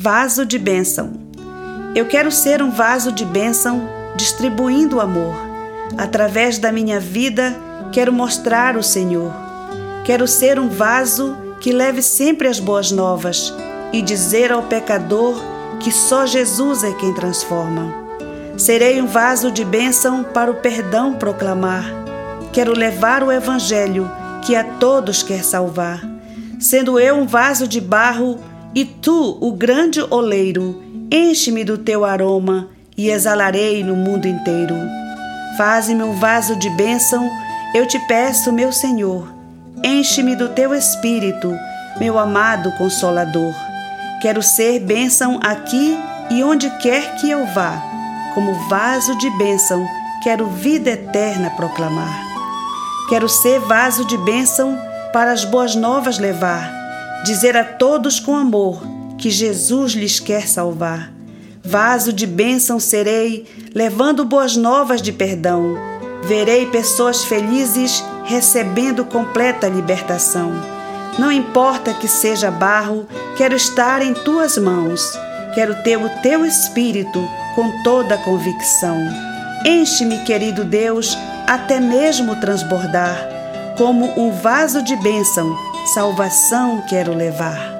vaso de bênção. Eu quero ser um vaso de bênção, distribuindo amor. Através da minha vida, quero mostrar o Senhor. Quero ser um vaso que leve sempre as boas novas e dizer ao pecador que só Jesus é quem transforma. Serei um vaso de bênção para o perdão proclamar. Quero levar o Evangelho que a todos quer salvar. Sendo eu um vaso de barro e tu o grande oleiro, enche-me do teu aroma e exalarei no mundo inteiro. Faze-me um vaso de bênção, eu te peço, meu Senhor. Enche-me do teu Espírito, meu amado Consolador. Quero ser bênção aqui e onde quer que eu vá. Como vaso de bênção, quero vida eterna proclamar. Quero ser vaso de bênção para as boas novas levar, dizer a todos com amor que Jesus lhes quer salvar. Vaso de bênção serei, levando boas novas de perdão. Verei pessoas felizes recebendo completa libertação. Não importa que seja barro, quero estar em tuas mãos. Quero ter o teu Espírito com toda a convicção. Enche-me, querido Deus, até mesmo transbordar. Como um vaso de bênção, salvação quero levar.